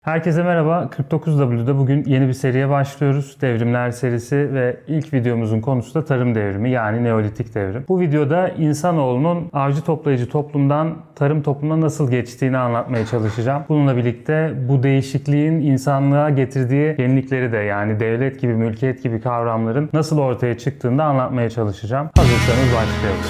Herkese merhaba. 49W'da bugün yeni bir seriye başlıyoruz. Devrimler serisi ve ilk videomuzun konusu da tarım devrimi, yani Neolitik devrim. Bu videoda insanoğlunun avcı toplayıcı toplumdan tarım toplumuna nasıl geçtiğini anlatmaya çalışacağım. Bununla birlikte bu değişikliğin insanlığa getirdiği yenilikleri de, yani devlet gibi, mülkiyet gibi kavramların nasıl ortaya çıktığını da anlatmaya çalışacağım. Hazırsanız başlayalım.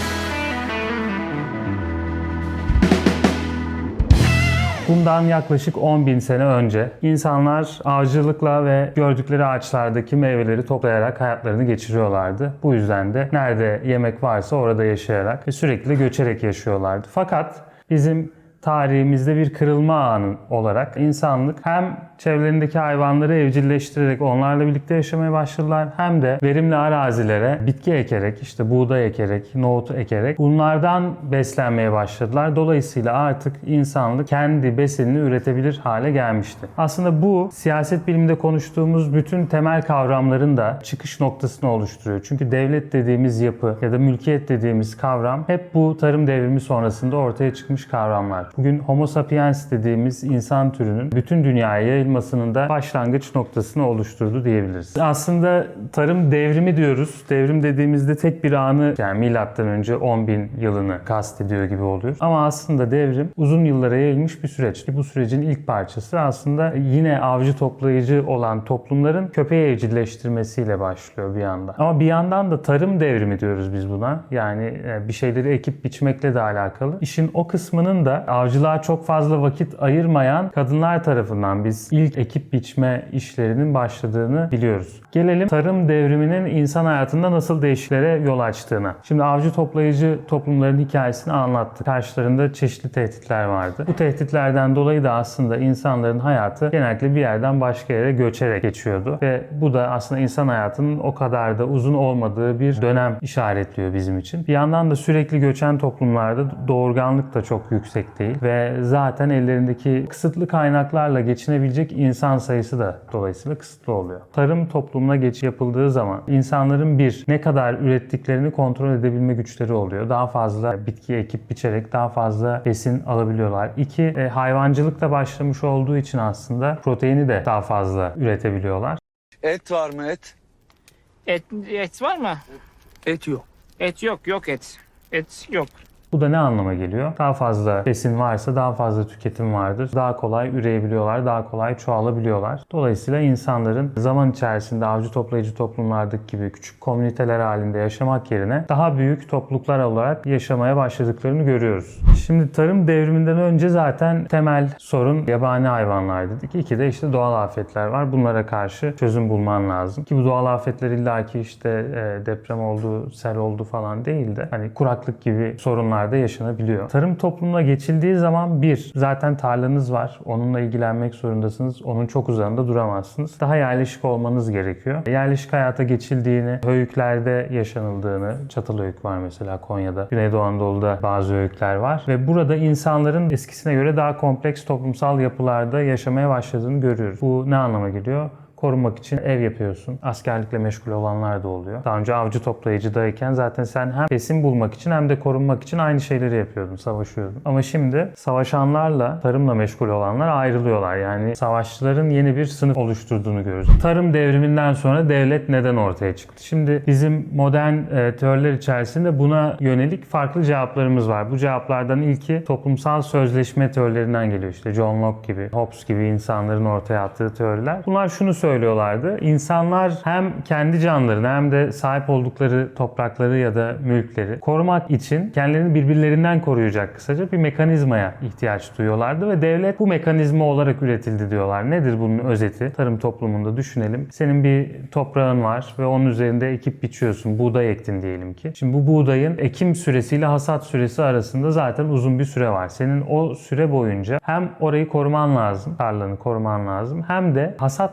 Bundan yaklaşık 10.000 sene önce insanlar avcılıkla ve gördükleri ağaçlardaki meyveleri toplayarak hayatlarını geçiriyorlardı. Bu yüzden de nerede yemek varsa orada yaşayarak ve sürekli göçerek yaşıyorlardı. Fakat bizim tarihimizde bir kırılma anı olarak insanlık hem çevrelerindeki hayvanları evcilleştirerek onlarla birlikte yaşamaya başladılar, hem de verimli arazilere bitki ekerek, işte buğday ekerek, nohut ekerek bunlardan beslenmeye başladılar. Dolayısıyla artık insanlık kendi besinini üretebilir hale gelmişti. Aslında bu siyaset biliminde konuştuğumuz bütün temel kavramların da çıkış noktasını oluşturuyor. Çünkü devlet dediğimiz yapı ya da mülkiyet dediğimiz kavram hep bu tarım devrimi sonrasında ortaya çıkmış kavramlar. Bugün Homo sapiens dediğimiz insan türünün bütün dünyaya yayılmasının da başlangıç noktasını oluşturdu diyebiliriz. Aslında tarım devrimi diyoruz. Devrim dediğimizde tek bir anı, yani milattan önce 10.000 yılını kastediyor gibi oluyor. Ama aslında devrim uzun yıllara yayılmış bir süreç. Bu sürecin ilk parçası aslında yine avcı toplayıcı olan toplumların köpeği evcilleştirmesiyle başlıyor bir yandan. Ama bir yandan da tarım devrimi diyoruz biz buna. Yani bir şeyleri ekip biçmekle de alakalı. İşin o kısmının da avcılığa çok fazla vakit ayırmayan kadınlar tarafından biz ilk ekip biçme işlerinin başladığını biliyoruz. Gelelim tarım devriminin insan hayatında nasıl değişikliklere yol açtığına. Şimdi avcı toplayıcı toplumların hikayesini anlattık. Karşılarında çeşitli tehditler vardı. Bu tehditlerden dolayı da aslında insanların hayatı genellikle bir yerden başka yere göçerek geçiyordu. Ve bu da aslında insan hayatının o kadar da uzun olmadığı bir dönem işaretliyor bizim için. Bir yandan da sürekli göçen toplumlarda doğurganlık da çok yüksek değil. Ve zaten ellerindeki kısıtlı kaynaklarla geçinebilecek insan sayısı da dolayısıyla kısıtlı oluyor. Tarım toplumuna geçiş yapıldığı zaman insanların ne kadar ürettiklerini kontrol edebilme güçleri oluyor. Daha fazla bitki ekip biçerek daha fazla besin alabiliyorlar. Hayvancılık da başlamış olduğu için aslında proteini de daha fazla üretebiliyorlar. Et var mı et? Et var mı? Et yok. Et yok, yok et. Et yok. Bu da ne anlama geliyor? Daha fazla besin varsa daha fazla tüketim vardır. Daha kolay üreyebiliyorlar, daha kolay çoğalabiliyorlar. Dolayısıyla insanların zaman içerisinde avcı toplayıcı toplumlardaki gibi küçük komüniteler halinde yaşamak yerine daha büyük topluluklar olarak yaşamaya başladıklarını görüyoruz. Şimdi tarım devriminden önce zaten temel sorun yabani hayvanlar dedik. İki de işte doğal afetler var. Bunlara karşı çözüm bulman lazım. Ki bu doğal afetler illaki işte deprem oldu, sel oldu falan değil de hani kuraklık gibi sorunlar da yaşanabiliyor. Tarım toplumuna geçildiği zaman zaten tarlanız var. Onunla ilgilenmek zorundasınız. Onun çok uzağında duramazsınız. Daha yerleşik olmanız gerekiyor. Yerleşik hayata geçildiğini, höyüklerde yaşanıldığını, Çatalhöyük var mesela Konya'da. Güneydoğu Anadolu'da bazı höyükler var. Ve burada insanların eskisine göre daha kompleks toplumsal yapılarda yaşamaya başladığını görüyoruz. Bu ne anlama geliyor? Korunmak için ev yapıyorsun. Askerlikle meşgul olanlar da oluyor. Daha önce avcı toplayıcıdayken zaten sen hem besin bulmak için hem de korunmak için aynı şeyleri yapıyordun, savaşıyordun. Ama şimdi savaşanlarla tarımla meşgul olanlar ayrılıyorlar. Yani savaşçıların yeni bir sınıf oluşturduğunu görüyoruz. Tarım devriminden sonra devlet neden ortaya çıktı? Şimdi bizim modern teoriler içerisinde buna yönelik farklı cevaplarımız var. Bu cevaplardan ilki toplumsal sözleşme teorilerinden geliyor. İşte John Locke gibi, Hobbes gibi insanların ortaya attığı teoriler. Bunlar şunu söylüyorlardı. İnsanlar hem kendi canlarını hem de sahip oldukları toprakları ya da mülkleri korumak için kendilerini birbirlerinden koruyacak kısaca bir mekanizmaya ihtiyaç duyuyorlardı ve devlet bu mekanizma olarak üretildi diyorlar. Nedir bunun özeti? Tarım toplumunda düşünelim. Senin bir toprağın var ve onun üzerinde ekip biçiyorsun. Buğday ektin diyelim ki. Şimdi bu buğdayın ekim süresiyle hasat süresi arasında zaten uzun bir süre var. Senin o süre boyunca hem orayı koruman lazım, tarlanı koruman lazım, hem de hasat vaktinde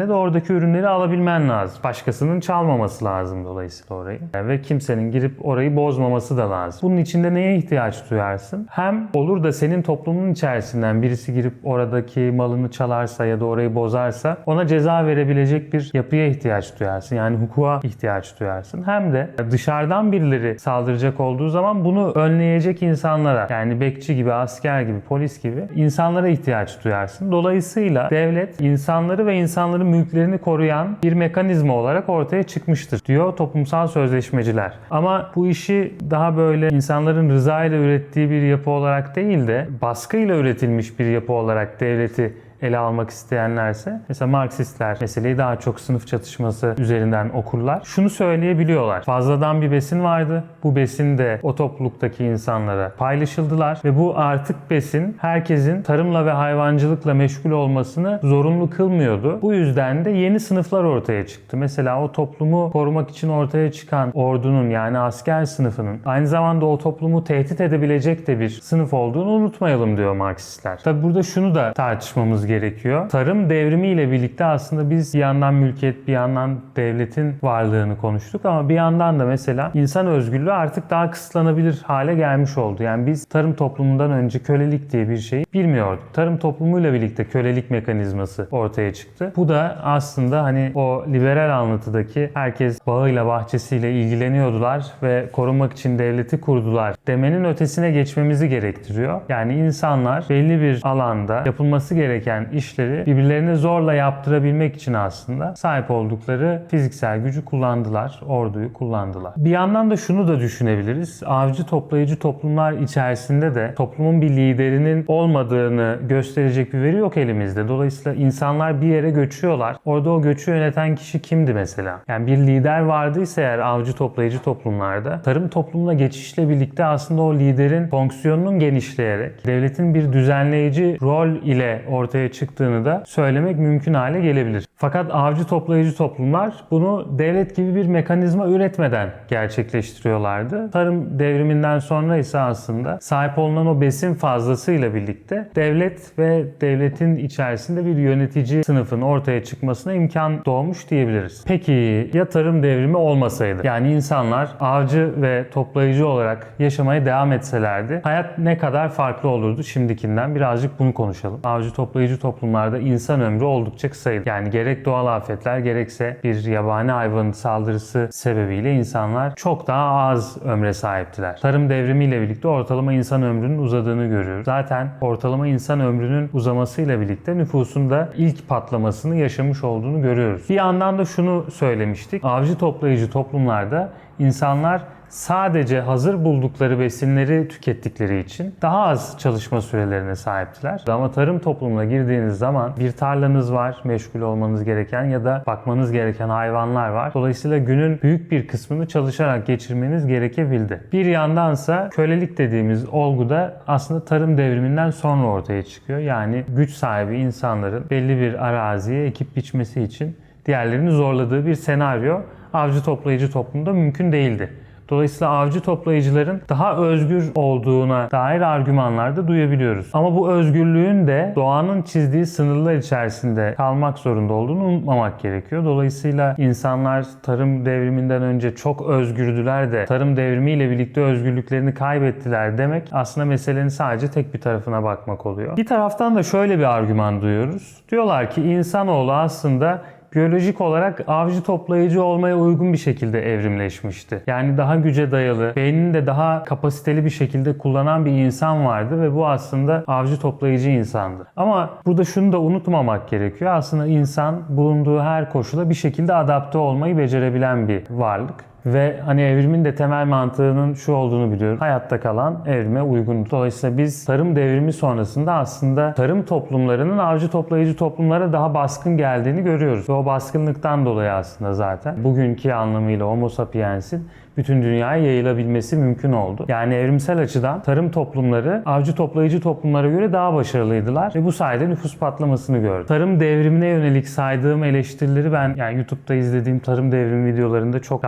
gittiğinde de oradaki ürünleri alabilmen lazım. Başkasının çalmaması lazım dolayısıyla orayı. Ve kimsenin girip orayı bozmaması da lazım. Bunun için de neye ihtiyaç duyarsın? Hem olur da senin toplumun içerisinden birisi girip oradaki malını çalarsa ya da orayı bozarsa ona ceza verebilecek bir yapıya ihtiyaç duyarsın. Yani hukuka ihtiyaç duyarsın. Hem de dışarıdan birileri saldıracak olduğu zaman bunu önleyecek insanlara, yani bekçi gibi, asker gibi, polis gibi insanlara ihtiyaç duyarsın. Dolayısıyla devlet insanları ve insanların mülklerini koruyan bir mekanizma olarak ortaya çıkmıştır diyor toplumsal sözleşmeciler. Ama bu işi daha böyle insanların rızayla ürettiği bir yapı olarak değil de baskıyla üretilmiş bir yapı olarak devleti ele almak isteyenlerse, mesela Marksistler meseleyi daha çok sınıf çatışması üzerinden okurlar. Şunu söyleyebiliyorlar. Fazladan bir besin vardı. Bu besin de o topluluktaki insanlara paylaşıldılar ve bu artık besin herkesin tarımla ve hayvancılıkla meşgul olmasını zorunlu kılmıyordu. Bu yüzden de yeni sınıflar ortaya çıktı. Mesela o toplumu korumak için ortaya çıkan ordunun, yani asker sınıfının aynı zamanda o toplumu tehdit edebilecek de bir sınıf olduğunu unutmayalım diyor Marksistler. Tabi burada şunu da tartışmamız gerekiyor. Tarım devrimiyle birlikte aslında biz bir yandan mülkiyet, bir yandan devletin varlığını konuştuk ama bir yandan da mesela insan özgürlüğü artık daha kısıtlanabilir hale gelmiş oldu. Yani biz tarım toplumundan önce kölelik diye bir şeyi bilmiyorduk. Tarım toplumuyla birlikte kölelik mekanizması ortaya çıktı. Bu da aslında hani o liberal anlatıdaki herkes bağıyla bahçesiyle ilgileniyordular ve korumak için devleti kurdular demenin ötesine geçmemizi gerektiriyor. Yani insanlar belli bir alanda yapılması gereken işleri birbirlerine zorla yaptırabilmek için aslında sahip oldukları fiziksel gücü kullandılar, orduyu kullandılar. Bir yandan da şunu da düşünebiliriz. Avcı toplayıcı toplumlar içerisinde de toplumun bir liderinin olmadığını gösterecek bir veri yok elimizde. Dolayısıyla insanlar bir yere göçüyorlar. Orada o göçü yöneten kişi kimdi mesela? Yani bir lider vardıysa eğer avcı toplayıcı toplumlarda, tarım toplumuna geçişle birlikte aslında o liderin fonksiyonunun genişleyerek devletin bir düzenleyici rol ile ortaya çıktığını da söylemek mümkün hale gelebilir. Fakat avcı toplayıcı toplumlar bunu devlet gibi bir mekanizma üretmeden gerçekleştiriyorlardı. Tarım devriminden sonra ise aslında sahip olunan o besin fazlasıyla birlikte devlet ve devletin içerisinde bir yönetici sınıfın ortaya çıkmasına imkan doğmuş diyebiliriz. Peki ya tarım devrimi olmasaydı? Yani insanlar avcı ve toplayıcı olarak yaşamaya devam etselerdi hayat ne kadar farklı olurdu şimdikinden? Birazcık bunu konuşalım. Avcı toplayıcı toplumlarda insan ömrü oldukça kısaydı. Yani gerek doğal afetler gerekse bir yabani hayvanın saldırısı sebebiyle insanlar çok daha az ömre sahiptiler. Tarım devrimiyle birlikte ortalama insan ömrünün uzadığını görüyoruz. Zaten ortalama insan ömrünün uzamasıyla birlikte nüfusun da ilk patlamasını yaşamış olduğunu görüyoruz. Bir yandan da şunu söylemiştik. Avcı toplayıcı toplumlarda insanlar sadece hazır buldukları besinleri tükettikleri için daha az çalışma sürelerine sahiptiler. Ama tarım toplumuna girdiğiniz zaman bir tarlanız var, meşgul olmanız gereken ya da bakmanız gereken hayvanlar var. Dolayısıyla günün büyük bir kısmını çalışarak geçirmeniz gerekebildi. Bir yandansa kölelik dediğimiz olgu da aslında tarım devriminden sonra ortaya çıkıyor. Yani güç sahibi insanların belli bir araziye ekip biçmesi için diğerlerini zorladığı bir senaryo avcı toplayıcı toplumda mümkün değildi. Dolayısıyla avcı toplayıcıların daha özgür olduğuna dair argümanlar da duyabiliyoruz. Ama bu özgürlüğün de doğanın çizdiği sınırlar içerisinde kalmak zorunda olduğunu unutmamak gerekiyor. Dolayısıyla insanlar tarım devriminden önce çok özgürdüler de tarım devrimiyle birlikte özgürlüklerini kaybettiler demek aslında meselenin sadece tek bir tarafına bakmak oluyor. Bir taraftan da şöyle bir argüman duyuyoruz. Diyorlar ki insanoğlu aslında biyolojik olarak avcı toplayıcı olmaya uygun bir şekilde evrimleşmişti. Yani daha güce dayalı, beynini de daha kapasiteli bir şekilde kullanan bir insan vardı ve bu aslında avcı toplayıcı insandı. Ama burada şunu da unutmamak gerekiyor. Aslında insan bulunduğu her koşula bir şekilde adapte olmayı becerebilen bir varlık. Ve hani evrimin de temel mantığının şu olduğunu biliyoruz. Hayatta kalan evrime uygun. Dolayısıyla biz tarım devrimi sonrasında aslında tarım toplumlarının avcı toplayıcı toplumlara daha baskın geldiğini görüyoruz. Ve o baskınlıktan dolayı aslında zaten bugünkü anlamıyla Homo sapiens'in bütün dünyaya yayılabilmesi mümkün oldu. Yani evrimsel açıdan tarım toplumları avcı toplayıcı toplumlara göre daha başarılıydılar ve bu sayede nüfus patlamasını gördük. Tarım devrimine yönelik saydığım eleştirileri ben yani YouTube'da izlediğim tarım devrimi videolarında çok rastladım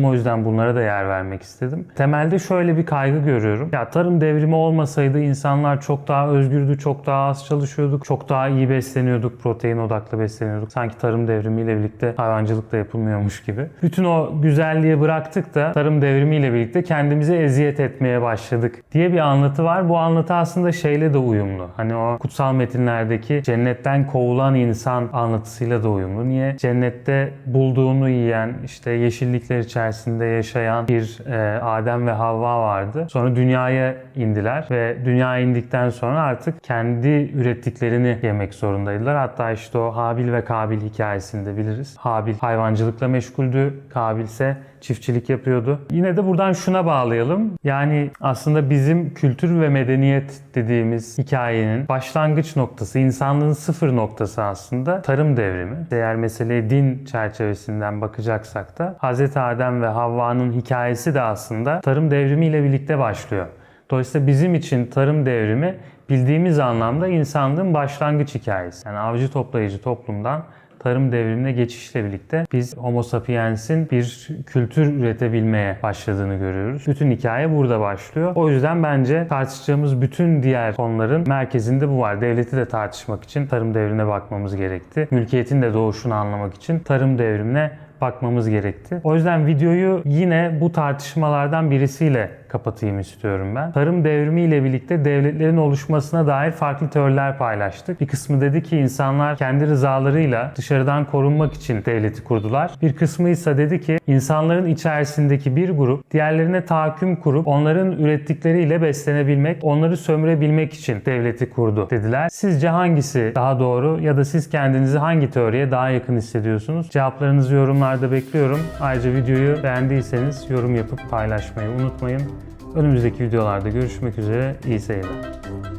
O yüzden bunlara da yer vermek istedim. Temelde şöyle bir kaygı görüyorum. Ya tarım devrimi olmasaydı insanlar çok daha özgürdü, çok daha az çalışıyorduk, çok daha iyi besleniyorduk, protein odaklı besleniyorduk. Sanki tarım devrimiyle birlikte hayvancılık da yapılmıyormuş gibi. Bütün o güzelliği bıraktık da tarım devrimiyle birlikte kendimize eziyet etmeye başladık diye bir anlatı var. Bu anlatı aslında şeyle de uyumlu. Hani o kutsal metinlerdeki cennetten kovulan insan anlatısıyla da uyumlu. Niye? Cennette bulduğunu yiyen, işte yeşillikler içerisinde yaşayan bir Adem ve Havva vardı. Sonra dünyaya indiler ve dünyaya indikten sonra artık kendi ürettiklerini yemek zorundaydılar. Hatta işte o Habil ve Kabil hikayesinde biliriz. Habil hayvancılıkla meşguldü, Kabil ise çiftçilik yapıyordu. Yine de buradan şuna bağlayalım. Yani aslında bizim kültür ve medeniyet dediğimiz hikayenin başlangıç noktası, insanlığın sıfır noktası aslında tarım devrimi. Eğer meseleye din çerçevesinden bakacaksak da Hz. Adem ve Havva'nın hikayesi de aslında tarım devrimiyle birlikte başlıyor. Dolayısıyla bizim için tarım devrimi bildiğimiz anlamda insanlığın başlangıç hikayesi. Yani avcı toplayıcı toplumdan tarım devrimine geçişle birlikte biz Homo sapiens'in bir kültür üretebilmeye başladığını görüyoruz. Bütün hikaye burada başlıyor. O yüzden bence tartışacağımız bütün diğer konuların merkezinde bu var. Devleti de tartışmak için tarım devrimine bakmamız gerekti. Mülkiyetin de doğuşunu anlamak için tarım devrimine bakmamız gerekti. O yüzden videoyu yine bu tartışmalardan birisiyle kapatayım istiyorum ben. Tarım devrimi ile birlikte devletlerin oluşmasına dair farklı teoriler paylaştık. Bir kısmı dedi ki insanlar kendi rızalarıyla dışarıdan korunmak için devleti kurdular. Bir kısmı ise dedi ki insanların içerisindeki bir grup diğerlerine tahakküm kurup onların ürettikleriyle beslenebilmek, onları sömürebilmek için devleti kurdu dediler. Sizce hangisi daha doğru ya da siz kendinizi hangi teoriye daha yakın hissediyorsunuz? Cevaplarınızı yorumlarda bekliyorum. Ayrıca videoyu beğendiyseniz yorum yapıp paylaşmayı unutmayın. Önümüzdeki videolarda görüşmek üzere. İyi seyirler.